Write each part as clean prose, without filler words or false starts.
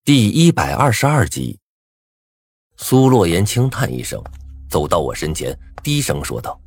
第122集。苏洛言轻叹一声，走到我身前，低声说道：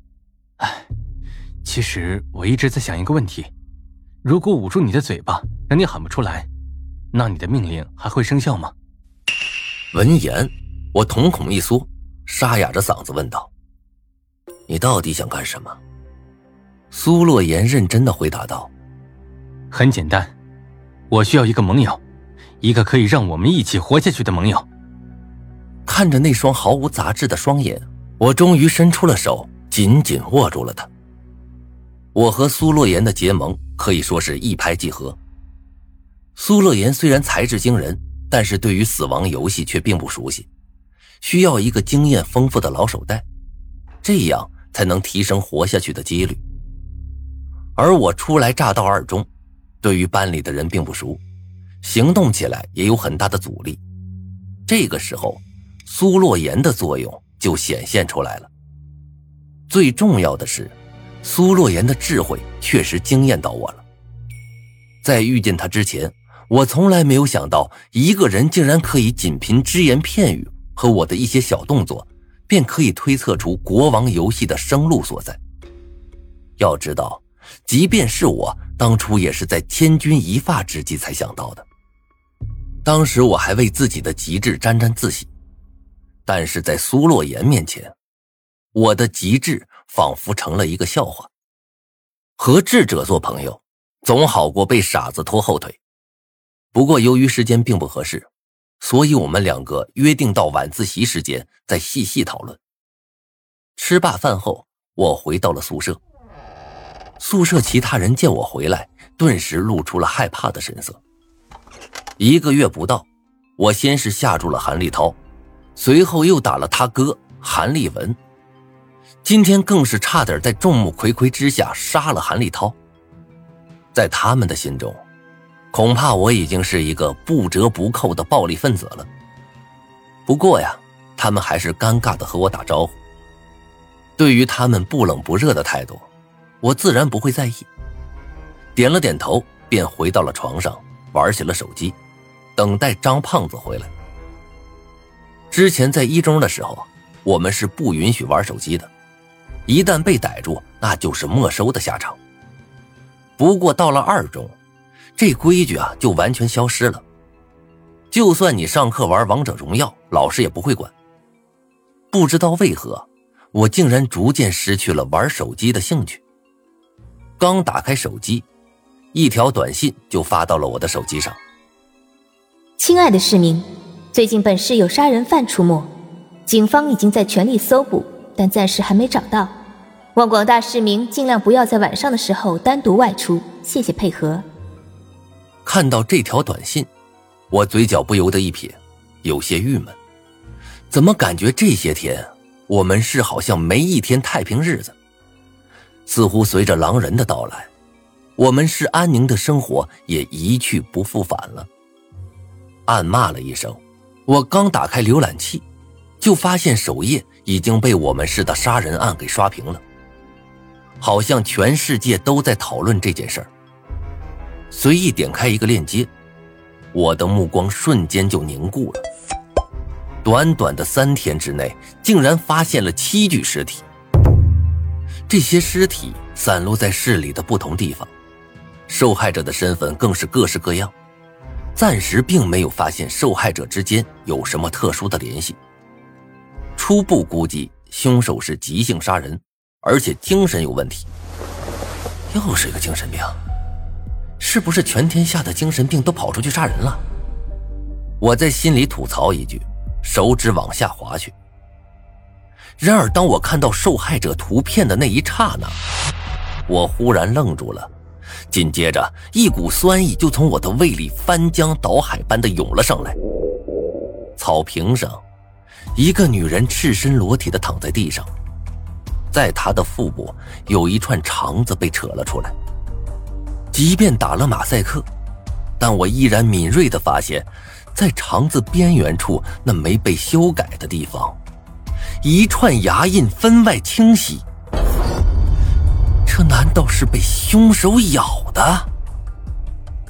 其实我一直在想一个问题，如果捂住你的嘴巴，让你喊不出来，那你的命令还会生效吗？ 闻言，我瞳孔一缩，沙哑着嗓子问道：你到底想干什么？苏洛言认真地回答道： 很简单，我需要一个盟友，一个可以让我们一起活下去的盟友。 看着那双毫无杂质的双眼，我终于伸出了手，紧紧握住了他。我和苏洛言的结盟可以说是一拍即合。苏洛言虽然才智惊人，但是对于死亡游戏却并不熟悉，需要一个经验丰富的老手带，这样才能提升活下去的几率。而我初来乍到二中，对于班里的人并不熟，行动起来也有很大的阻力。这个时候，苏洛言的作用就显现出来了。最重要的是，苏洛言的智慧确实惊艳到我了。在遇见他之前，我从来没有想到一个人竟然可以仅凭只言片语和我的一些小动作，便可以推测出国王游戏的生路所在。要知道，即便是我当初也是在千钧一发之际才想到的。当时我还为自己的极致沾沾自喜，但是在苏洛言面前，我的极致仿佛成了一个笑话。和智者做朋友，总好过被傻子拖后腿。不过由于时间并不合适，所以我们两个约定到晚自习时间再细细讨论。吃罢饭后，我回到了宿舍。宿舍其他人见我回来，顿时露出了害怕的神色。1个月不到，我先是吓住了韩立涛，随后又打了他哥韩立文，今天更是差点在众目睽睽之下杀了韩立涛。在他们的心中，恐怕我已经是一个不折不扣的暴力分子了。不过呀，他们还是尴尬地和我打招呼。对于他们不冷不热的态度，我自然不会在意，点了点头，便回到了床上，玩起了手机，等待张胖子回来。之前在1中的时候，我们是不允许玩手机的，一旦被逮住，那就是没收的下场。不过到了2中，这规矩就完全消失了。就算你上课玩王者荣耀，老师也不会管。不知道为何，我竟然逐渐失去了玩手机的兴趣。刚打开手机，一条短信就发到了我的手机上。 亲爱的市民，最近本市有杀人犯出没，警方已经在全力搜捕，但暂时还没找到。望广大市民尽量不要在晚上的时候单独外出，谢谢配合。 看到这条短信，我嘴角不由得一撇，有些郁闷。怎么感觉这些天我们市好像没一天太平日子？似乎随着狼人的到来，我们市安宁的生活也一去不复返了。暗骂了一声，我刚打开浏览器，就发现首页已经被我们市的杀人案给刷屏了，好像全世界都在讨论这件事儿。随意点开一个链接，我的目光瞬间就凝固了。短短的3天之内，竟然发现了7具尸体。这些尸体散落在市里的不同地方，受害者的身份更是各式各样，暂时并没有发现受害者之间有什么特殊的联系。初步估计凶手是急性杀人，而且精神有问题。又是一个精神病，是不是全天下的精神病都跑出去杀人了？我在心里吐槽一句，手指往下滑去。然而当我看到受害者图片的那一刹那，我忽然愣住了，紧接着一股酸意就从我的胃里翻江倒海般的涌了上来。草坪上，一个女人赤身裸体的躺在地上，在她的腹部有一串肠子被扯了出来。即便打了马赛克，但我依然敏锐地发现，在肠子边缘处那没被修改的地方，一串牙印分外清晰。这难道是被凶手咬的？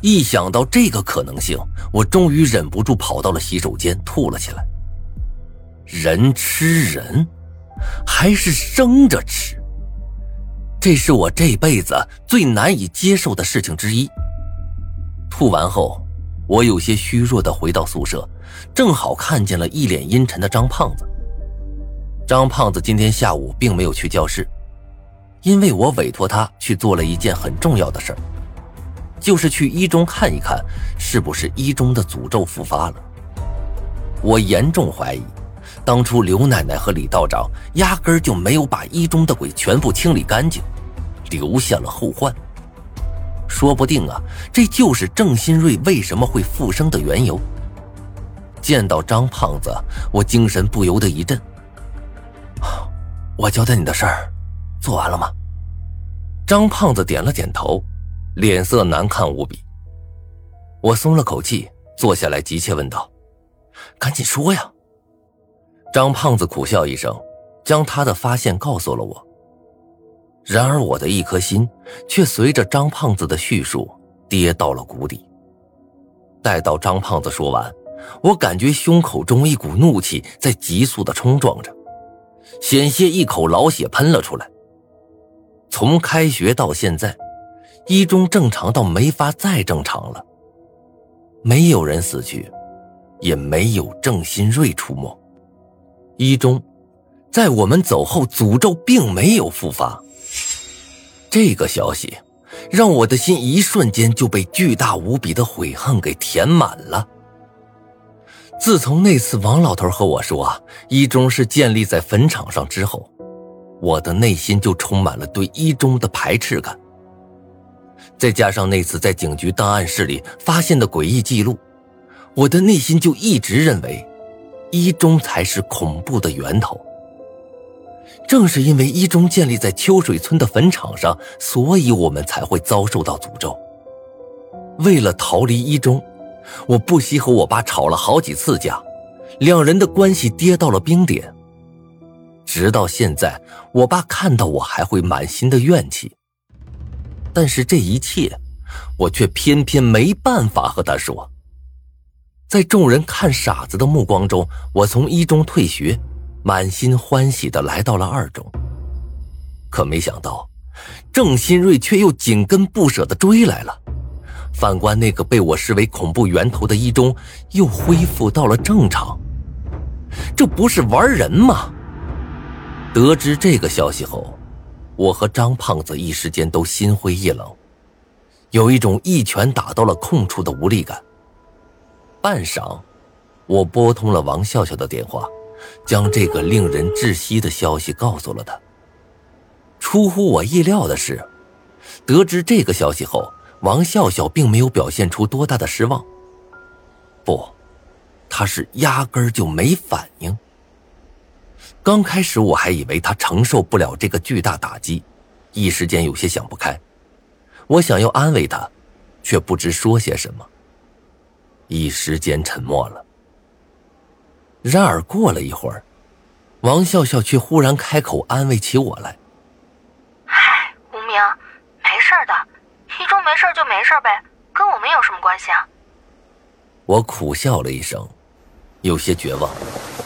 一想到这个可能性，我终于忍不住跑到了洗手间吐了起来。人吃人，还是生着吃，这是我这辈子最难以接受的事情之一。吐完后，我有些虚弱地回到宿舍，正好看见了一脸阴沉的张胖子。张胖子今天下午并没有去教室，因为我委托他去做了一件很重要的事儿，就是去一中看一看是不是一中的诅咒复发了。我严重怀疑当初刘奶奶和李道长压根儿就没有把一中的鬼全部清理干净，留下了后患。说不定啊，这就是郑新瑞为什么会复生的缘由。见到张胖子，我精神不由得一振。我交代你的事儿做完了吗？张胖子点了点头，脸色难看无比。我松了口气，坐下来急切问道：赶紧说呀。张胖子苦笑一声，将他的发现告诉了我。然而我的一颗心却随着张胖子的叙述跌到了谷底。待到张胖子说完，我感觉胸口中一股怒气在急速地冲撞着，险些一口老血喷了出来。从开学到现在，一中正常到没法再正常了，没有人死去，也没有郑新瑞出没。一中在我们走后，诅咒并没有复发。这个消息让我的心一瞬间就被巨大无比的悔恨给填满了。自从那次王老头和我说一中是建立在坟场上之后，我的内心就充满了对一中的排斥感。再加上那次在警局档案室里发现的诡异记录，我的内心就一直认为一中才是恐怖的源头。正是因为一中建立在秋水村的坟场上，所以我们才会遭受到诅咒。为了逃离一中，我不惜和我爸吵了好几次架，两人的关系跌到了冰点。直到现在，我爸看到我还会满心的怨气，但是这一切我却偏偏没办法和他说。在众人看傻子的目光中，我从一中退学，满心欢喜地来到了二中。可没想到郑新瑞却又紧跟不舍地追来了，反观那个被我视为恐怖源头的一中又恢复到了正常，这不是玩人吗？得知这个消息后，我和张胖子一时间都心灰意冷，有一种一拳打到了空处的无力感。半晌，我拨通了王笑笑的电话，将这个令人窒息的消息告诉了他。出乎我意料的是，得知这个消息后，王笑笑并没有表现出多大的失望，不，他是压根儿就没反应。刚开始我还以为他承受不了这个巨大打击，一时间有些想不开。我想要安慰他，却不知说些什么，一时间沉默了。然而过了一会儿，王笑笑却忽然开口安慰起我来： 嗨，无名，没事的，一中没事就没事呗，跟我们有什么关系啊？ 我苦笑了一声，有些绝望。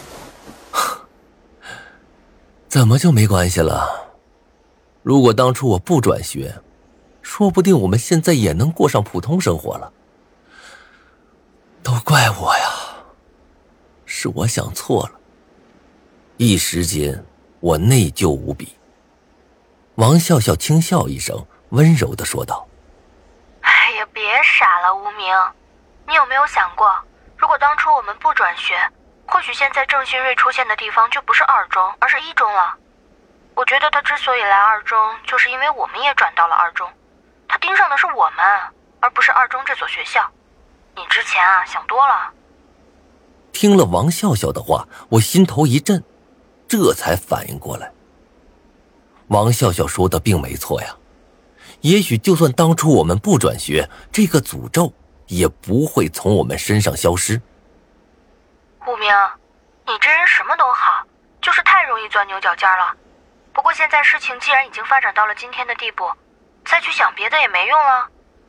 怎么就没关系了？如果当初我不转学，说不定我们现在也能过上普通生活了。都怪我呀，是我想错了。一时间我内疚无比。王笑笑轻笑一声，温柔地说道： 哎呀，别傻了，无名，你有没有想过，如果当初我们不转学，或许现在郑新瑞出现的地方就不是二中，而是一中了。我觉得他之所以来二中，就是因为我们也转到了二中，他盯上的是我们，而不是二中这所学校。你之前想多了。 听了王笑笑的话，我心头一震，这才反应过来。王笑笑说的并没错呀，也许就算当初我们不转学，这个诅咒也不会从我们身上消失。 无名，你这人什么都好，就是太容易钻牛角尖了。不过现在事情既然已经发展到了今天的地步，再去想别的也没用了。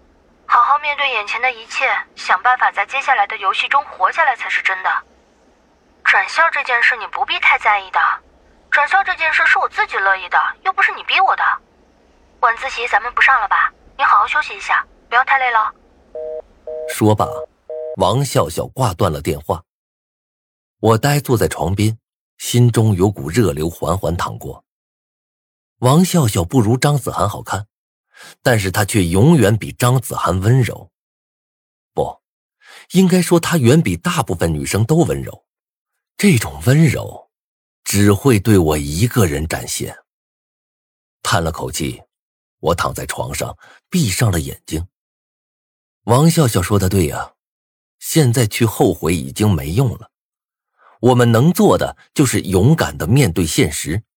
好好面对眼前的一切，想办法在接下来的游戏中活下来才是真的。转校这件事你不必太在意的，转校这件事是我自己乐意的，又不是你逼我的。晚自习咱们不上了吧？你好好休息一下，不要太累了。 说罢，王笑笑挂断了电话。我呆坐在床边，心中有股热流缓缓淌过。王笑笑不如张子涵好看，但是她却永远比张子涵温柔。不，应该说她远比大部分女生都温柔。这种温柔只会对我一个人展现。叹了口气，我躺在床上闭上了眼睛。王笑笑说的对啊，现在去后悔已经没用了，我们能做的就是勇敢地面对现实，